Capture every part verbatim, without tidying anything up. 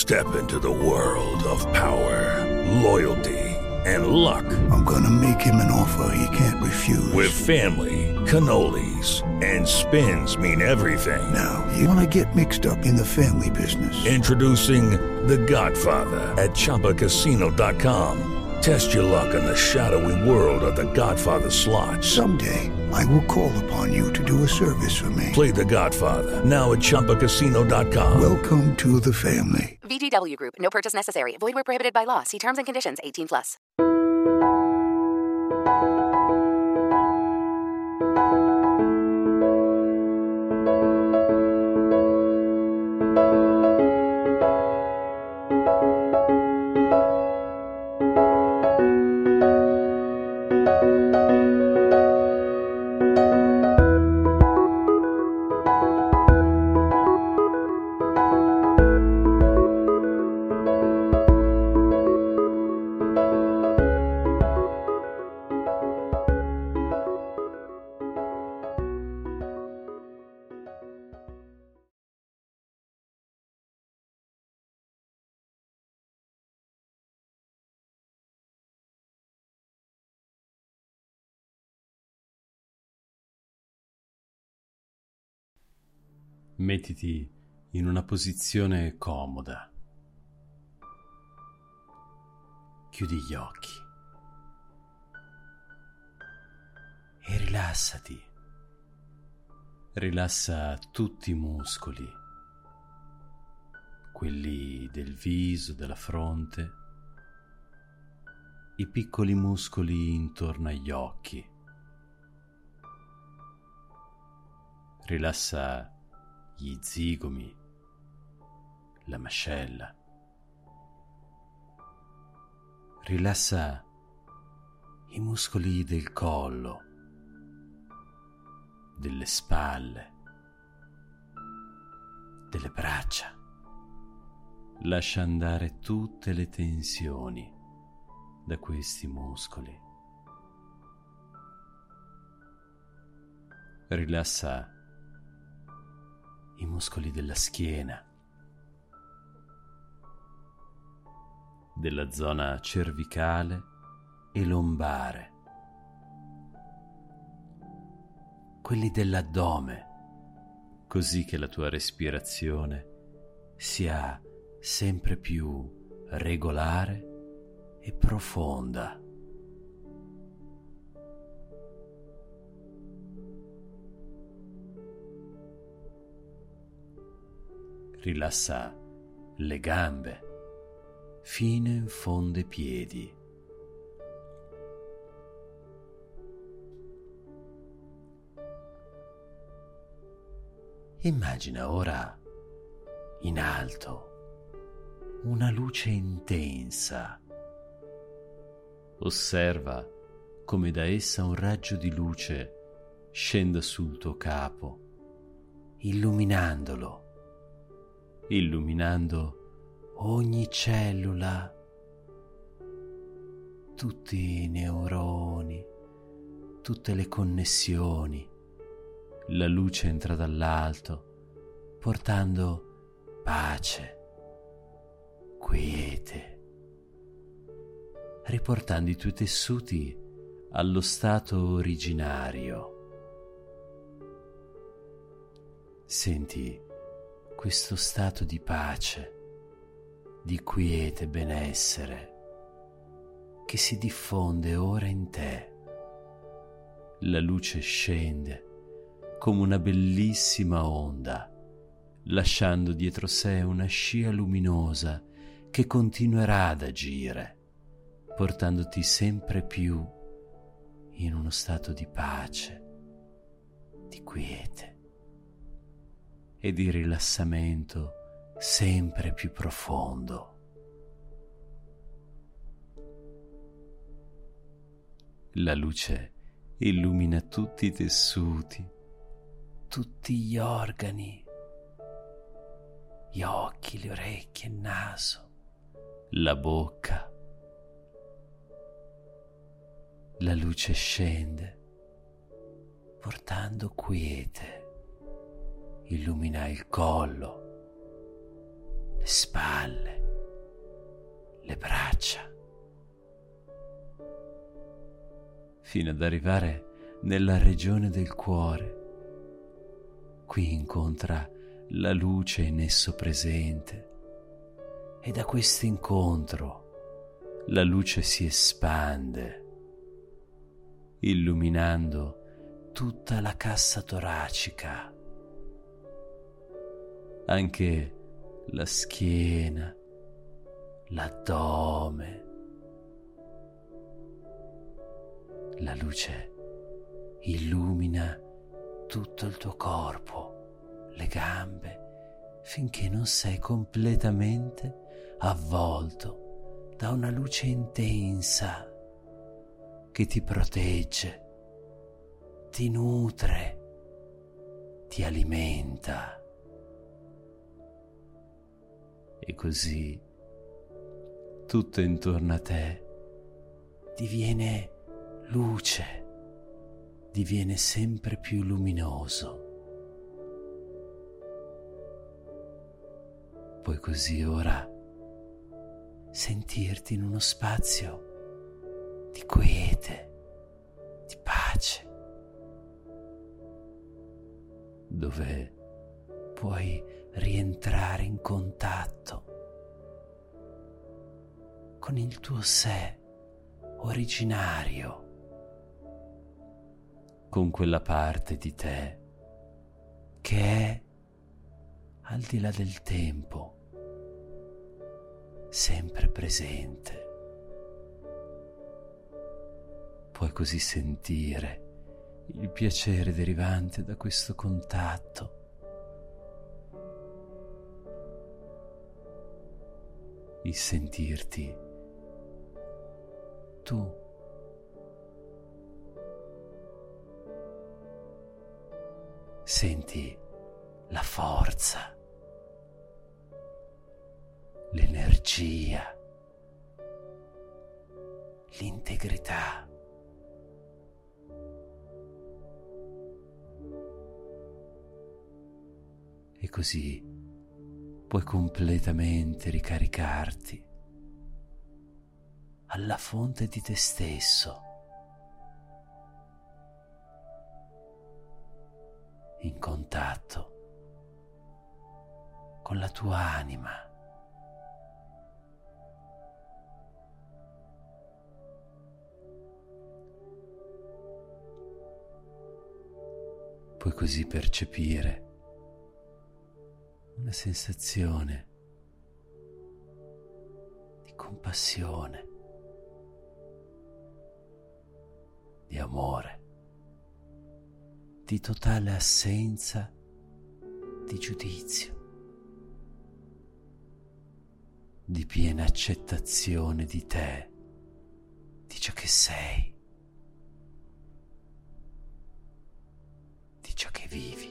Step into the world of power, loyalty, and luck. I'm gonna make him an offer he can't refuse. With family, cannolis, and spins mean everything. Now, you wanna get mixed up in the family business. Introducing The Godfather at Chumba Casino dot com. Test your luck in the shadowy world of The Godfather slot. Someday, I will call upon you to do a service for me. Play The Godfather, now at Chumba Casino dot com. Welcome to the family. V G W Group. No purchase necessary. Void where prohibited by law. See terms and conditions. eighteen plus. Mettiti in una posizione comoda. Chiudi gli occhi e rilassati. Rilassa tutti i muscoli, quelli del viso, della fronte, i piccoli muscoli intorno agli occhi. Rilassa gli zigomi, la mascella. Rilassa i muscoli del collo, delle spalle, delle braccia. Lascia andare tutte le tensioni da questi muscoli. Rilassa i muscoli della schiena, della zona cervicale e lombare, quelli dell'addome, così che la tua respirazione sia sempre più regolare e profonda. Rilassa le gambe fino in fondo ai piedi. Immagina ora in alto una luce intensa. Osserva come da essa un raggio di luce scenda sul tuo capo, illuminandolo. illuminando ogni cellula, tutti i neuroni, tutte le connessioni. La luce entra dall'alto, portando pace, quiete, riportando i tuoi tessuti allo stato originario. Senti questo stato di pace, di quiete benessere che si diffonde ora in te. La luce scende come una bellissima onda, lasciando dietro sé una scia luminosa che continuerà ad agire, portandoti sempre più in uno stato di pace, di quiete e di rilassamento sempre più profondo. La luce illumina tutti i tessuti, tutti gli organi, gli occhi, le orecchie, il naso, la bocca. La luce scende, portando quiete. Illumina il collo, le spalle, fino ad arrivare nella regione del cuore. Qui incontra la luce in esso presente e da questo incontro la luce si espande, illuminando tutta la cassa toracica, anche la schiena, l'addome. La luce illumina tutto il tuo corpo, le gambe, finché non sei completamente avvolto da una luce intensa che ti protegge, ti nutre, ti alimenta. E così tutto intorno a te diviene luce, diviene sempre più luminoso. Puoi così ora sentirti in uno spazio di quiete, di pace, dove puoi rientrare in contatto con il tuo sé originario, con quella parte di te che è al di là del tempo, sempre presente. Puoi così sentire il piacere derivante da questo contatto. Il sentirti tu. Senti la forza, l'energia, l'integrità. E così puoi completamente ricaricarti alla fonte di te stesso, in contatto con la tua anima. Puoi così percepire una sensazione di compassione, di amore, di totale assenza di giudizio, di piena accettazione di te, di ciò che sei, di ciò che vivi.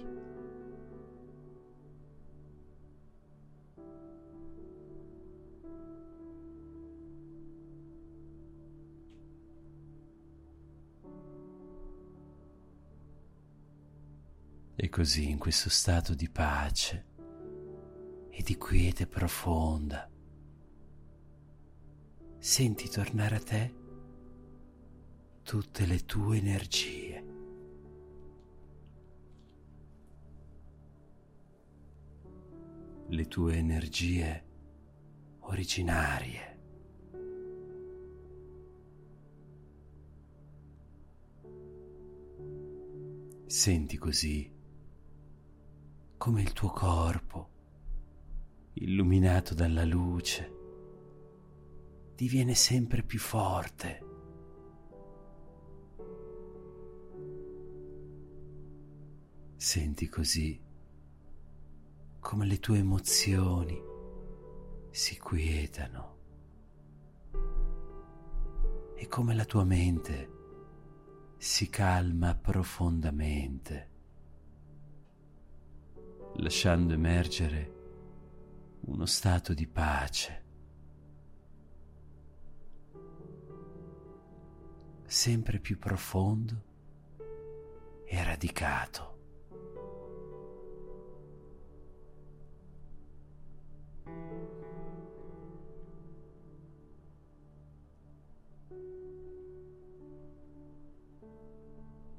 E così, in questo stato di pace e di quiete profonda, senti tornare a te tutte le tue energie. Le tue energie originarie. Senti così come il tuo corpo, illuminato dalla luce, diviene sempre più forte. Senti così come le tue emozioni si quietano e come la tua mente si calma profondamente, lasciando emergere uno stato di pace, sempre più profondo e radicato.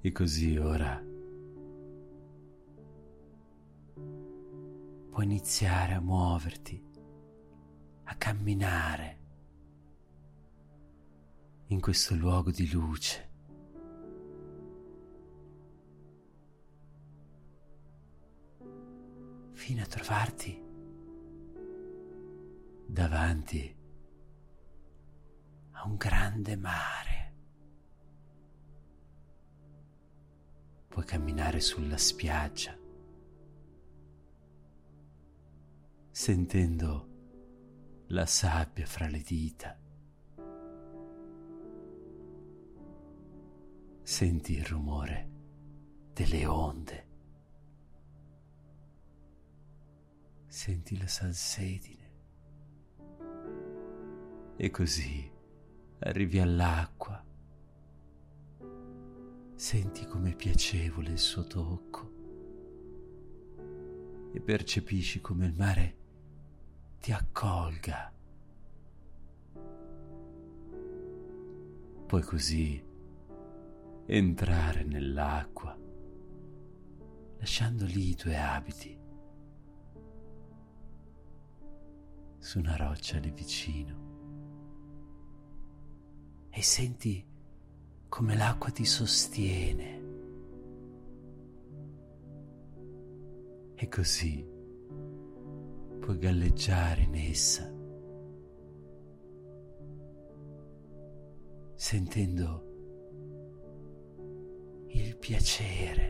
E così ora puoi iniziare a muoverti, a camminare in questo luogo di luce. Fino a trovarti davanti a un grande mare. Puoi camminare sulla spiaggia, sentendo la sabbia fra le dita. Senti il rumore delle onde. Senti la salsedine. E così arrivi all'acqua. Senti com'è piacevole il suo tocco e percepisci come il mare ti accolga. Puoi così entrare nell'acqua, lasciando lì i tuoi abiti su una roccia lì vicino, e senti come l'acqua ti sostiene. E così puoi galleggiare in essa, sentendo il piacere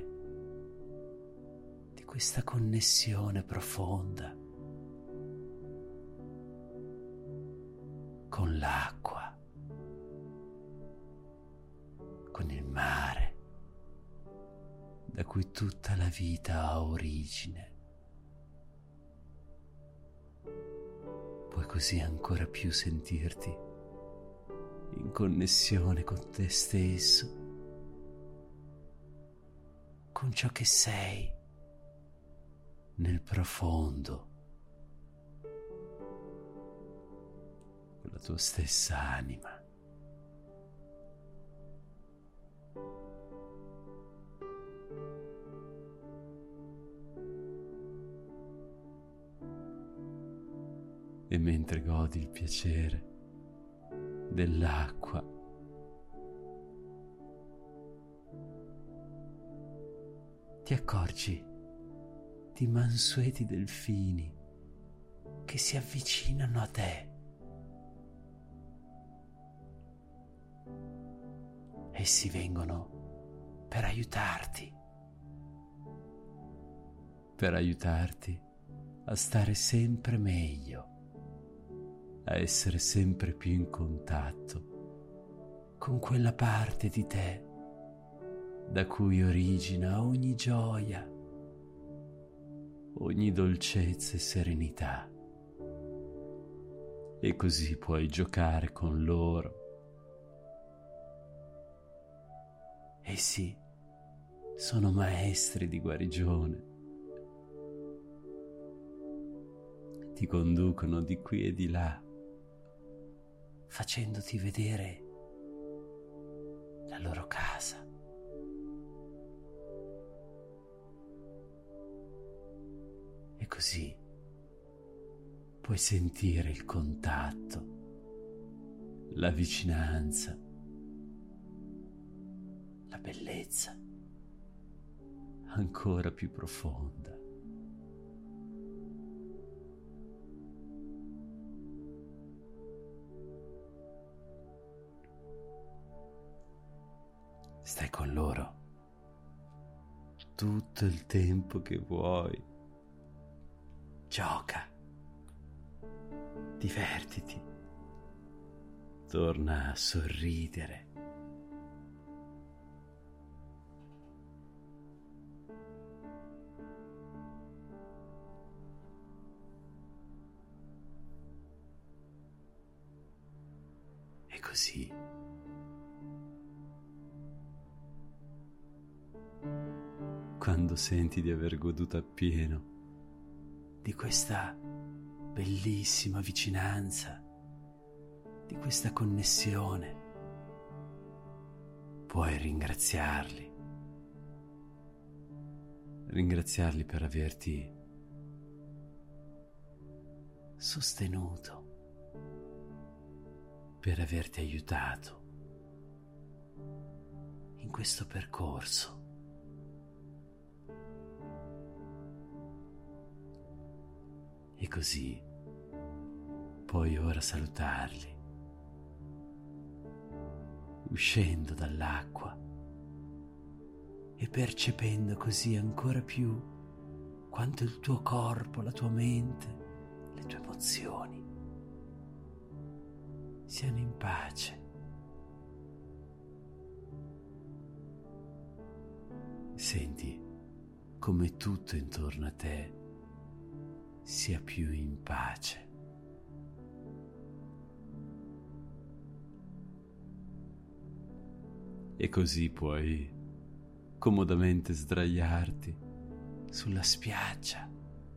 di questa connessione profonda con l'acqua, con il mare, da cui tutta la vita ha origine. Puoi così ancora più sentirti in connessione con te stesso, con ciò che sei nel profondo, con la tua stessa anima. E mentre godi il piacere dell'acqua, ti accorgi di mansueti delfini che si avvicinano a te. Essi vengono per aiutarti, per aiutarti a stare sempre meglio, a essere sempre più in contatto con quella parte di te da cui origina ogni gioia, ogni dolcezza e serenità. E così puoi giocare con loro. Essi sono maestri di guarigione. Ti conducono di qui e di là, facendoti vedere la loro casa. E così puoi sentire il contatto, la vicinanza, la bellezza ancora più profonda. Stai con loro tutto il tempo che vuoi. Gioca, divertiti, torna a sorridere. E così quando senti di aver goduto appieno di questa bellissima vicinanza, di questa connessione, puoi ringraziarli ringraziarli per averti sostenuto, per averti aiutato in questo percorso. E così puoi ora salutarli, uscendo dall'acqua e percependo così ancora più quanto il tuo corpo, la tua mente, le tue emozioni siano in pace. Senti come tutto intorno a te sia più in pace. E così puoi comodamente sdraiarti sulla spiaggia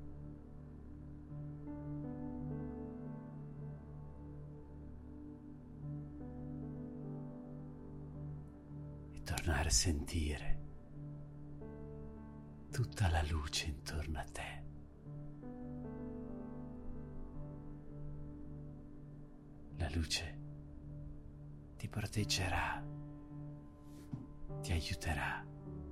e tornare a sentire tutta la luce intorno a te. La luce ti proteggerà, ti aiuterà,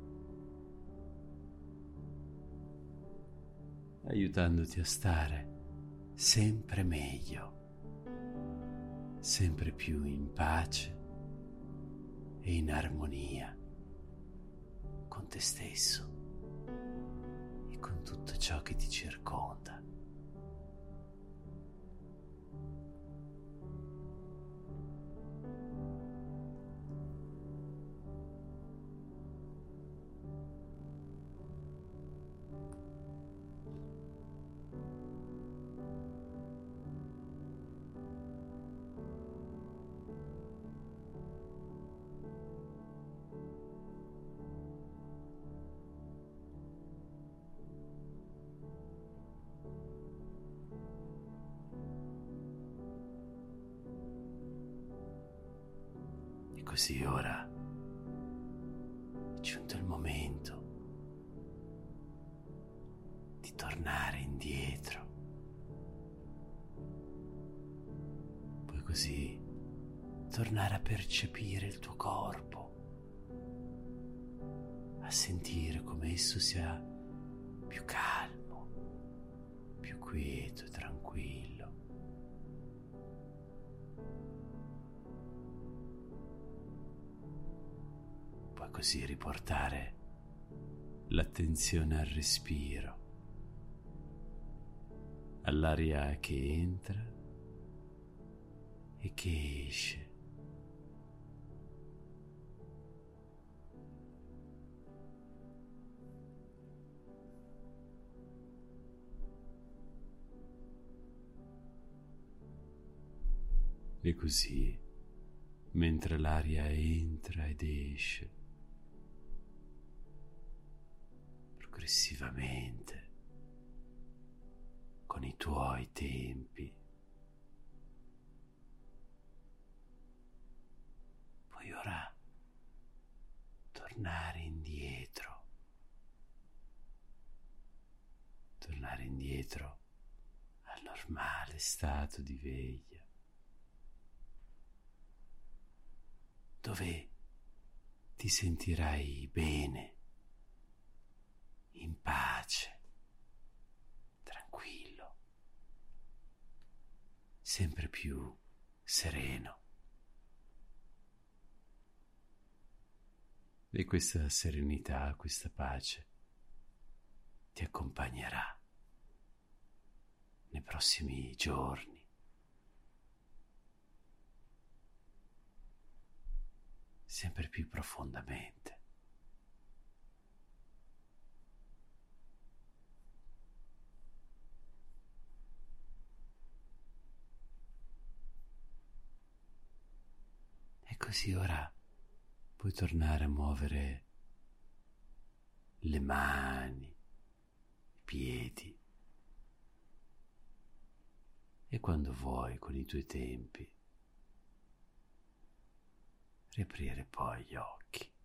aiutandoti a stare sempre meglio, sempre più in pace e in armonia con te stesso e con tutto ciò che ti circonda. Così ora è giunto il momento di tornare indietro. Puoi così tornare a percepire il tuo corpo, a sentire come esso sia più calmo, più quieto e tranquillo. Così riportare l'attenzione al respiro, all'aria che entra e che esce. E così, mentre l'aria entra ed esce, progressivamente, con i tuoi tempi, puoi ora tornare indietro, tornare indietro al normale stato di veglia, dove ti sentirai bene, in pace, tranquillo, sempre più sereno. E questa serenità, questa pace ti accompagnerà nei prossimi giorni, sempre più profondamente. E così ora puoi tornare a muovere le mani, i piedi, e quando vuoi, con i tuoi tempi, riaprire poi gli occhi.